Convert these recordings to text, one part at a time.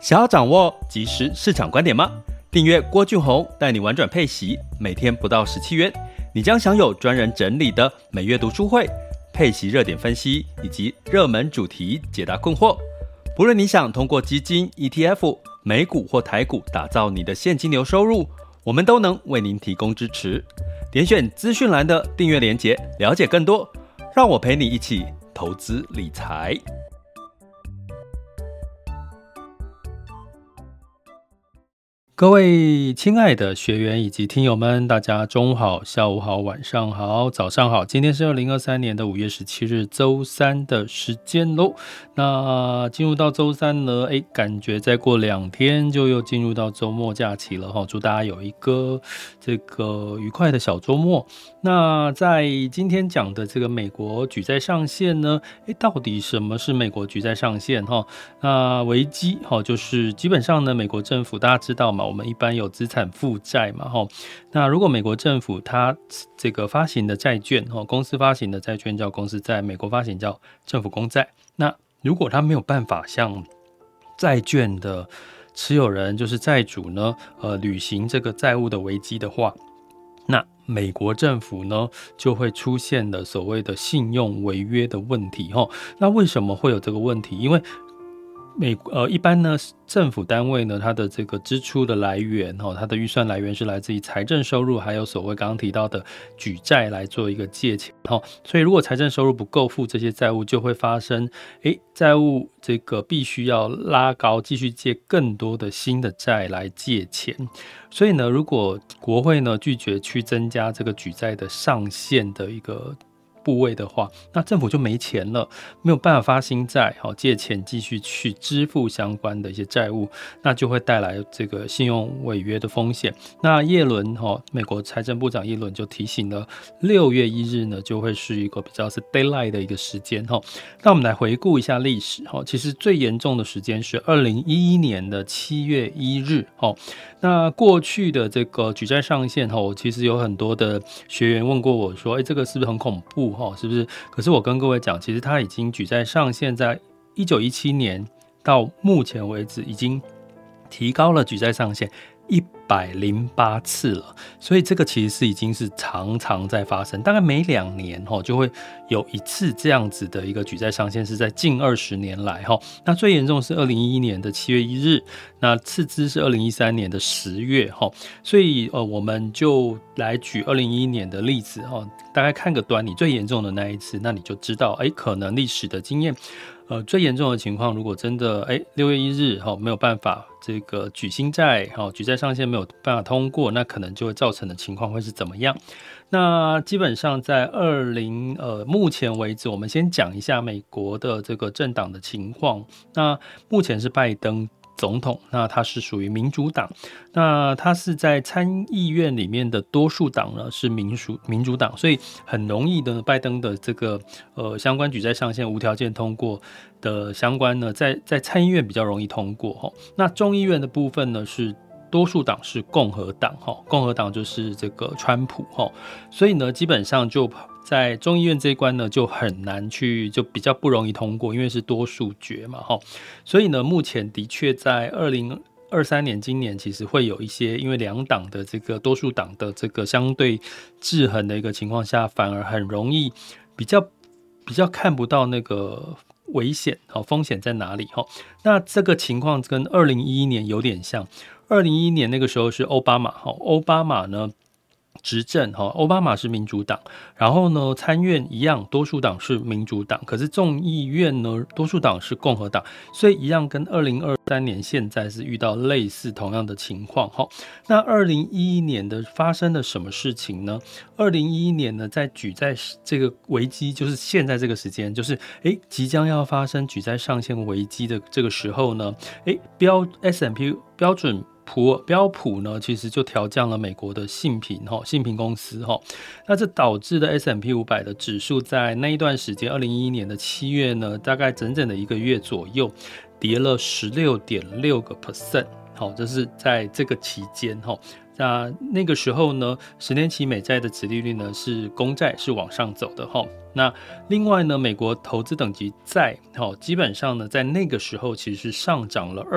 想要掌握即时市场观点吗？订阅郭俊宏带你玩转配息，每天不到17元，你将享有专人整理的每月读书会、配息热点分析以及热门主题解答困惑。不论你想通过基金、ETF、美股或台股打造你的现金流收入，我们都能为您提供支持。点选资讯栏的订阅连结，了解更多。让我陪你一起投资理财。各位亲爱的学员以及听友们，大家中午好、下午好、晚上好、早上好。今天是2023年的5月17日周三的时间咯。那进入到周三呢，感觉再过2天就又进入到周末假期了齁，祝大家有一个这个愉快的小周末。那在今天讲的这个美国举债上限呢，到底什么是美国举债上限齁？那危机齁，就是基本上呢，美国政府大家知道嘛，我们一般有资产负债嘛齁，那如果美国政府它这个发行的债券齁，公司发行的债券叫公司债，美国发行叫政府公债。那如果它没有办法向债券的持有人就是债主呢履行这个债务的危机的话，那美国政府呢就会出现了所谓的信用违约的问题齁。那为什么会有这个问题？因为一般呢，政府单位呢，它的这个支出的来源，它的预算来源是来自于财政收入，还有所谓刚刚提到的举债来做一个借钱，所以如果财政收入不够付这些债务，就会发生，债务这个必须要拉高，继续借更多的新的债来借钱。所以呢，如果国会呢拒绝去增加这个举债的上限的一个部位的话，那政府就没钱了，没有办法发新债，借钱继续去支付相关的一些债务，那就会带来这个信用违约的风险。那耶伦美国财政部长耶伦就提醒了，6月1日呢就会是一个比较是 deadline 的一个时间。那我们来回顾一下历史，其实最严重的时间是2011年的7月1日。那过去的这个举债上限，其实有很多的学员问过我说，这个是不是很恐怖？是不是？可是我跟各位讲，其实它已经举债上限在1917年到目前为止已经提高了举债上限108次了，所以这个其实是已经是常常在发生，大概每2年就会有一次这样子的一个举债上限，是在近20年来。那最严重是2011年的7月1日，那次之是2013年的10月。所以我们就来举2011年的例子，大概看个端倪，最严重的那一次，那你就知道可能历史的经验最严重的情况，如果真的6月1日没有办法这个举新债，举债上限没有办法通过，那可能就会造成的情况会是怎么样？那基本上在目前为止，我们先讲一下美国的这个政党的情况。那目前是拜登总统，那他是属于民主党，那他是在参议院里面的多数党呢是民主党，所以很容易的拜登的这个相关举债上限无条件通过的相关呢，在参议院比较容易通过。那众议院的部分呢是多数党是共和党，共和党就是这个川普，所以呢基本上就在众议院这一关呢就很难去，就比较不容易通过，因为是多数决嘛。所以呢目前的确在2023年今年其实会有一些，因为两党的这个多数党的这个相对制衡的一个情况下，反而很容易比较看不到那个危险风险在哪里。那这个情况跟2011年有点像，2011年那个时候是奥巴马呢执政，奥巴马是民主党，然后呢参院一样多数党是民主党，可是众议院呢多数党是共和党，所以一样跟2023年现在是遇到类似同样的情况。那2011年的发生了什么事情呢？2011年呢在举债这个危机，就是现在这个时间，就是即将要发生举债上限危机的这个时候呢S&P 标普呢其实就调降了美国的信评公司，那这导致的 S&P 500的指数在那一段时间2011年的7月呢，大概整整的1个月左右跌了 16.6%， 这是在这个期间那个时候呢，10年期美债的殖利率呢是公债是往上走的齁。那另外呢，美国投资等级债基本上呢在那个时候其实是上涨了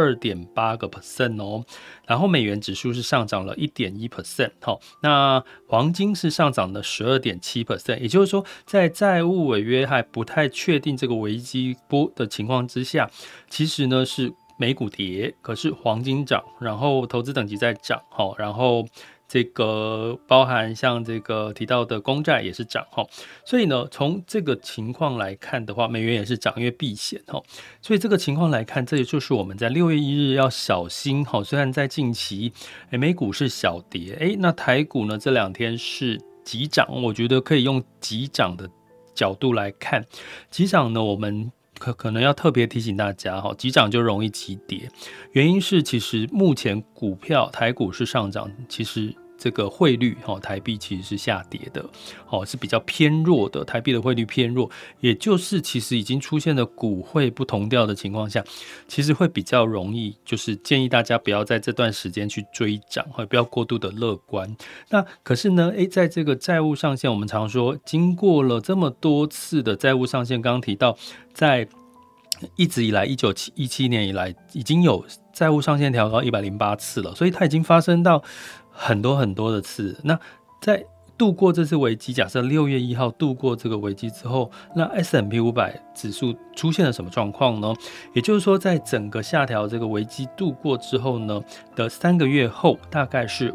2.8% 哦，然后美元指数是上涨了 1.1%， 那黄金是上涨了 12.7%， 也就是说在债务违约还不太确定这个危机波的情况之下，其实呢是美股跌，可是黄金涨，然后投资等级在涨，然后这个包含像这个提到的公债也是涨，所以呢从这个情况来看的话，美元也是涨，因为避险，所以这个情况来看，这也就是我们在6月1日要小心，虽然在近期美股是小跌，那台股呢这2天是急涨，我觉得可以用急涨的角度来看。急涨呢我们可能要特别提醒大家，急涨就容易急跌，原因是其实目前股票台股是上涨，其实这个汇率台币其实是下跌的，是比较偏弱的，台币的汇率偏弱，也就是其实已经出现了股汇不同调的情况下，其实会比较容易，就是建议大家不要在这段时间去追涨，不要过度的乐观。那可是呢在这个债务上限，我们常说经过了这么多次的债务上限，刚刚提到在一直以来1917年以来已经有债务上限调高108次了，所以它已经发生到很多很多的次。那在度过这次危机，假设6月1号度过这个危机之后，那 S&P 500指数出现了什么状况呢？也就是说在整个下调这个危机度过之后呢的3个月后，大概是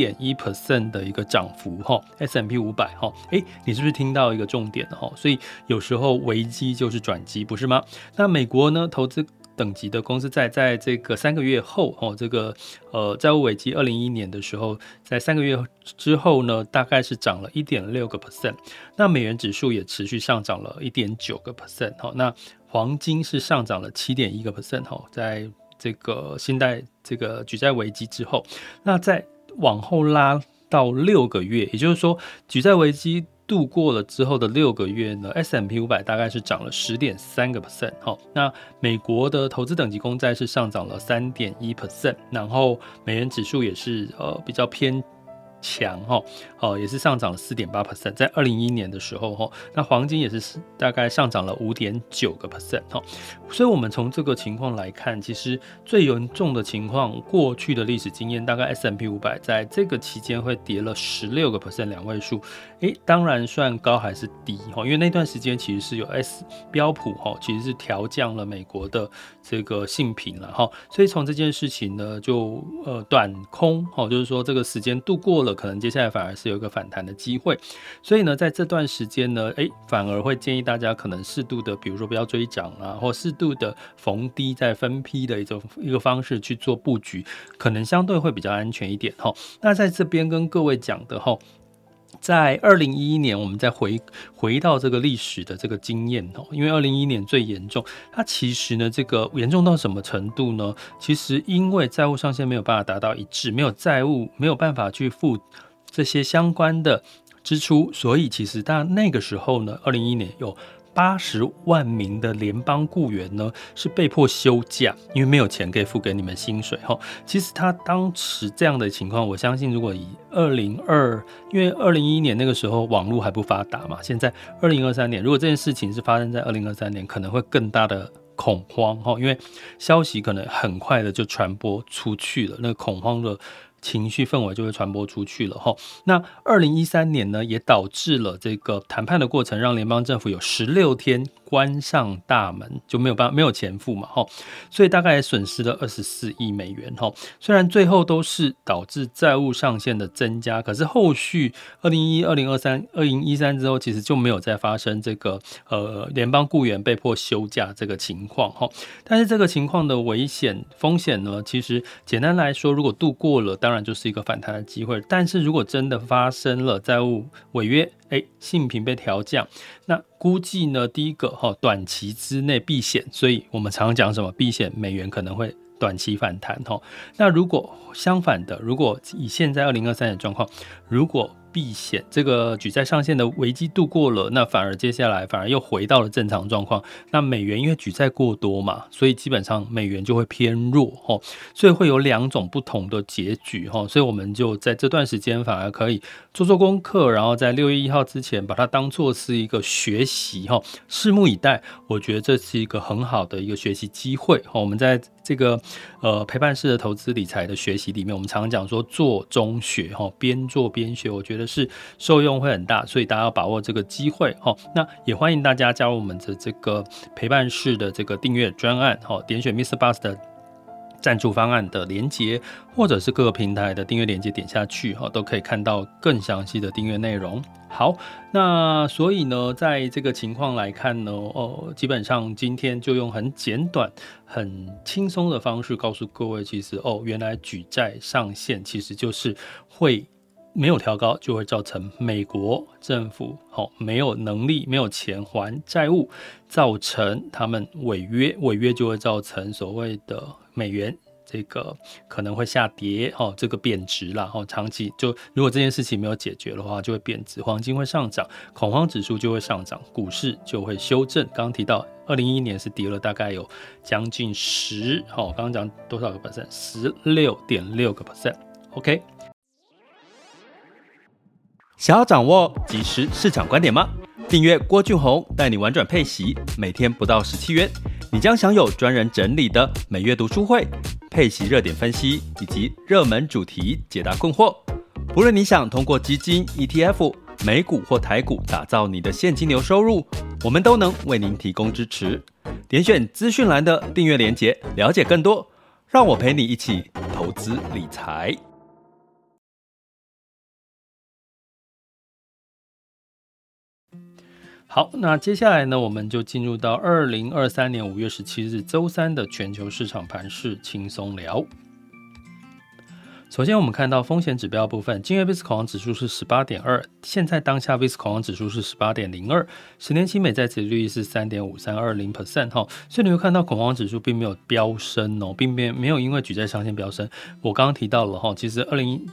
5.1% 的一个涨幅 S&P 500，你是不是听到一个重点了？所以有时候危机就是转机，不是吗？那美国呢投资等级的公司在这个3个月后，这个债务危机2011年的时候，在3个月之后呢，大概是涨了 1.6%， 那美元指数也持续上涨了 1.9%， 那黄金是上涨了 7.1%， 在这个信贷这个举债危机之后，那再往后拉到6个月，也就是说举债危机度过了之后的6个月呢 S&P 500大概是涨了 10.3%， 那美国的投资等级公债是上涨了 3.1%， 然后美元指数也是比较偏强，也是上涨了 4.8%， 在2011年的时候，那黄金也是大概上涨了 5.9%， 所以我们从这个情况来看，其实最严重的情况，过去的历史经验大概 S&P 500在这个期间会跌了 16% 两位数，当然算高还是低，因为那段时间其实是有标普其实是调降了美国的这个信评了，所以从这件事情呢就短空，就是说这个时间度过了，可能接下来反而是有一个反弹的机会，所以呢在这段时间呢反而会建议大家可能适度的，比如说不要追涨啊，或适度的逢低再分批的一个方式去做布局，可能相对会比较安全一点。那在这边跟各位讲的在2011年我们再回到这个历史的这个经验，因为2011年最严重，它其实呢这个严重到什么程度呢？其实因为债务上限没有办法达到一致，没有债务没有办法去付这些相关的支出，所以其实那个时候呢2011年有80万名的联邦雇员呢是被迫休假，因为没有钱可以付给你们薪水。其实他当时这样的情况，我相信如果以因为2011年那个时候网络还不发达嘛，现在2023年如果这件事情是发生在2023年，可能会更大的恐慌，因为消息可能很快的就传播出去了，那个恐慌的情绪氛围就会传播出去了。那2013年呢也导致了这个谈判的过程，让联邦政府有16天关上大门，就没有钱付嘛，所以大概也损失了24亿美元。虽然最后都是导致债务上限的增加，可是后续2011、2023、2013之后，其实就没有再发生这个联邦雇员被迫休假这个情况。但是这个情况的风险呢，其实简单来说，如果度过了，当然就是一个反弹的机会，但是如果真的发生了债务违约，信评被调降，那估计呢第一个短期之内避险，所以我们常常讲什么避险，美元可能会短期反弹。那如果相反的，如果以现在2023年的状况，如果避险，这个举债上限的危机度过了，那反而接下来反而又回到了正常状况。那美元因为举债过多嘛，所以基本上美元就会偏弱，所以会有2种不同的结局。所以我们就在这段时间反而可以做功课，然后在6月1号之前把它当作是一个学习，拭目以待。我觉得这是一个很好的一个学习机会。我们在这个陪伴式的投资理财的学习里面，我们常常讲说做中学，边做边学，我觉得是受用会很大，所以大家要把握这个机会。那也欢迎大家加入我们的这个陪伴式的这个订阅专案，点选 MrBoss 的赞助方案的连结，或者是各个平台的订阅连结点下去，都可以看到更详细的订阅内容。好，那所以呢，在这个情况来看呢，基本上今天就用很简短、很轻松的方式告诉各位，其实原来举债上限其实就是会没有调高，就会造成美国政府没有能力、没有钱还债务，造成他们违约，违约就会造成所谓的美元这个可能会下跌，这个贬值啦，长期就如果这件事情没有解决的话，就会贬值，黄金会上涨，恐慌指数就会上涨，股市就会修正。刚刚提到2011年是跌了大概有将近10%，刚刚讲多少个 percent？16.6%。OK。想要掌握即时市场观点吗？订阅郭俊宏带你玩转配息，每天不到17元，你将享有专人整理的每月读书会、配息热点分析以及热门主题解答困惑。不论你想通过基金、ETF、美股或台股打造你的现金流收入，我们都能为您提供支持。点选资讯栏的订阅连结，了解更多。让我陪你一起投资理财。好，那接下来呢，我们就进入到2023年5月17日周三的全球市场盘势轻松聊。首先我们看到风险指标部分，今日 VIX 恐慌指数是 18.2， 现在当下 VIX 恐慌指数是 18.02， 10年期美债殖利率是 3.5320%， 所以你会看到恐慌指数并没有飙升，并没有因为举债上限飙升。我刚刚提到了，其实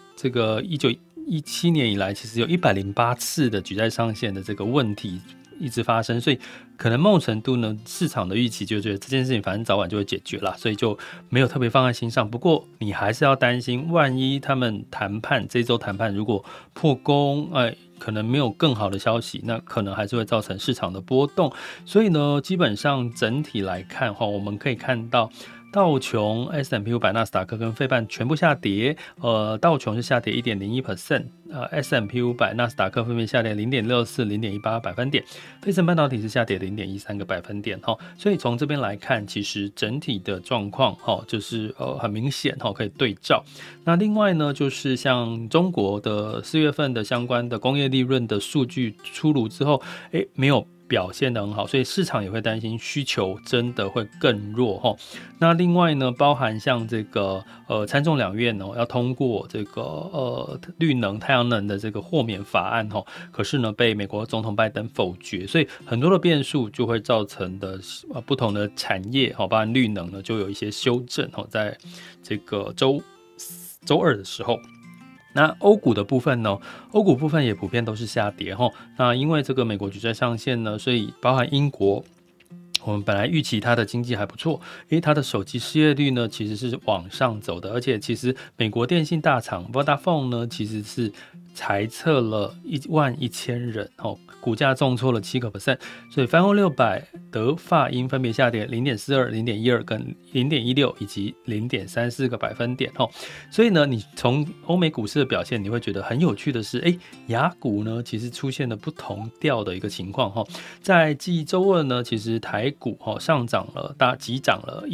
1917年以来，其实有108次的举债上限的这个问题一直发生，所以可能某种程度呢，市场的预期就觉得这件事情反正早晚就会解决啦，所以就没有特别放在心上。不过你还是要担心，万一他们这周谈判如果破功，可能没有更好的消息，那可能还是会造成市场的波动。所以呢，基本上整体来看，我们可以看到道琼、S&P 500、纳斯达克跟费半全部下跌，道琼是下跌 1.01%， S&P 500、纳斯达克分别下跌 0.64、0.18 百分点，费城半导体是下跌 0.13 个百分点，所以从这边来看，其实整体的状况就是很明显可以对照。那另外呢，就是像中国的4月份的相关的工业利润的数据出炉之后，没有表现得很好，所以市场也会担心需求真的会更弱。那另外呢，包含像这个参众两院要通过这个绿能、太阳能的这个豁免法案，可是呢被美国总统拜登否决，所以很多的变数就会造成的不同的产业，包含绿能呢就有一些修正，在这个周二的时候。那欧股的部分呢？欧股部分也普遍都是下跌。那因为这个美国举债上限呢，所以包含英国，我们本来预期它的经济还不错，因为它的手机失业率呢其实是往上走的，而且其实美国电信大厂 Vodafone 呢其实是裁撤了11000人，股价重挫了7%，所以泛欧600、德法英分别下跌 0.42、0.12 跟 0.16 以及 0.34个百分点。所以呢，你从欧美股市的表现，你会觉得很有趣的是，亚股呢其实出现了不同调的一个情况。在继周二呢，其实台股上涨了，急涨了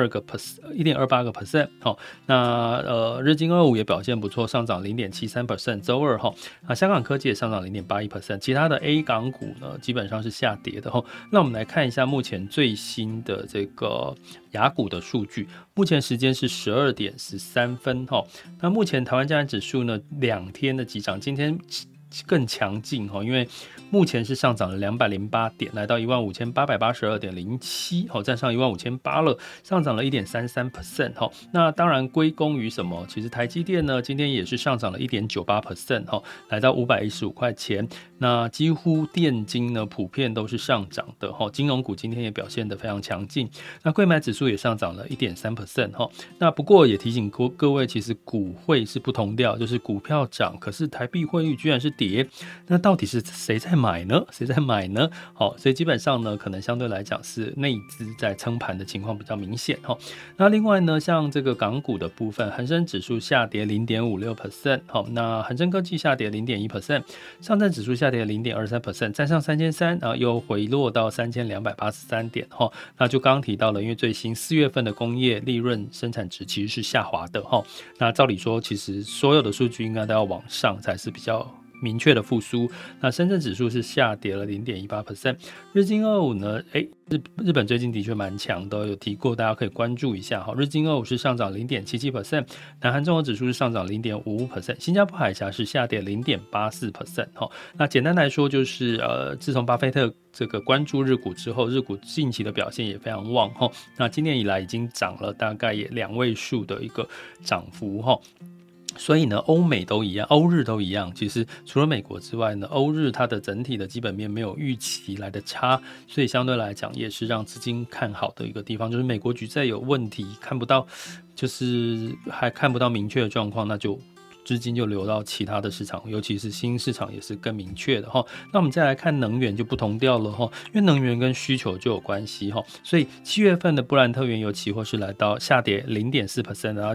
1.28%。那日经25也表现不错，上涨 0.73%。周二香港科技也上涨 0.81%， 其他的 A 港股呢基本上是下跌的。那我们来看一下目前最新的这个亚股的数据，目前时间是12点13分。那目前台湾加权指数呢2天的急涨，今天更强劲，因为目前是上涨了208点，来到15882.07，站上15800了，上涨了 1.33%。那当然归功于什么？其实台积电呢今天也是上涨了 1.98%，来到515块钱。那几乎电金呢普遍都是上涨的，金融股今天也表现得非常强劲。那柜买指数也上涨了 1.3%。那不过也提醒各位，其实股汇是不同调，就是股票涨，可是台币汇率居然是跌，那到底是谁在买呢？所以基本上呢，可能相对来讲是内资在撑盘的情况比较明显。那另外呢，像这个港股的部分，恒生指数下跌 0.56%， 那恒生科技下跌 0.1%， 上证指数下跌 0.23%， 站上3300，又回落到3283点。那就刚刚提到了，因为最新4月份的工业利润生产值其实是下滑的。那照理说，其实所有的数据应该都要往上才是比较明确的复苏。那深圳指数是下跌了 0.18%， 日经25呢，日本最近的确蛮强的，有提过，大家可以关注一下。日经25是上涨 0.77%， 南韩综合指数是上涨 0.55%， 新加坡海峡是下跌 0.84%。那简单来说就是自从巴菲特这个关注日股之后，日股近期的表现也非常旺。那今年以来已经涨了大概也2位数的一个涨幅。所以呢，欧美都一样，欧日都一样。其实除了美国之外呢，欧日它的整体的基本面没有预期来的差，所以相对来讲也是让资金看好的一个地方。就是美国举债有问题，看不到，就是还看不到明确的状况，那就资金就流到其他的市场，尤其是新市场也是更明确的。那我们再来看能源就不同调了，因为能源跟需求就有关系。所以7月份的布兰特原油期货是来到下跌 0.4%， 然后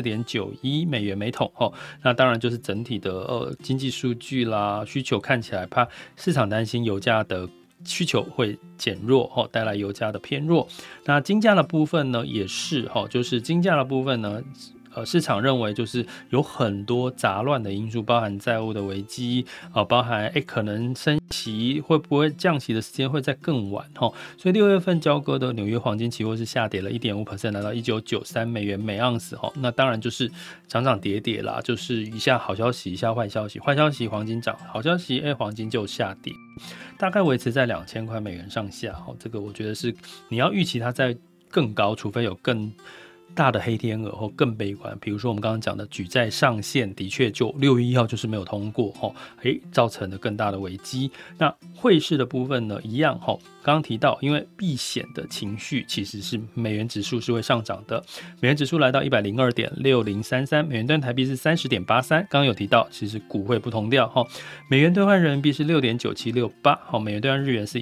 74.91 美元每桶。那当然就是整体的经济数据啦，需求看起来怕市场担心油价的需求会减弱，带来油价的偏弱。那金价的部分呢也是，就是金价的部分呢市场认为就是有很多杂乱的因素，包含债务的危机，包含可能升息会不会降息的时间会再更晚。所以6月份交割的纽约黄金期货是下跌了 1.5%， 来到1993美元每盎司。那当然就是涨涨跌跌啦，就是一下好消息一下坏消息，坏消息黄金涨，好消息黄金就下跌，大概维持在2000块美元上下。这个我觉得是你要预期它在更高，除非有更大的黑天鹅或更悲观，比如说我们刚刚讲的举债上限的确就6月1号就是没有通过，造成了更大的危机。那汇市的部分呢一样，刚刚提到因为避险的情绪其实是美元指数是会上涨的，美元指数来到 102.6033， 美元兑台币是 30.83， 刚刚有提到其实股汇不同调，美元兑换人民币是 6.9768， 美元兑换日元是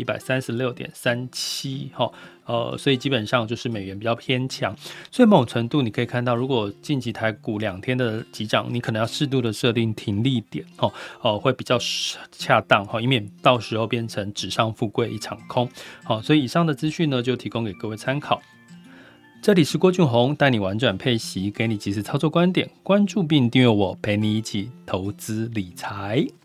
136.37，所以基本上就是美元比较偏强，所以某种程度你可以看到，如果近期台股2天的急涨，你可能要适度的设定停利点，会比较恰当，以免到时候变成纸上富贵一场空。所以以上的资讯呢就提供给各位参考。这里是郭俊宏，带你玩转配息，给你及时操作观点，关注并订阅我，陪你一起投资理财。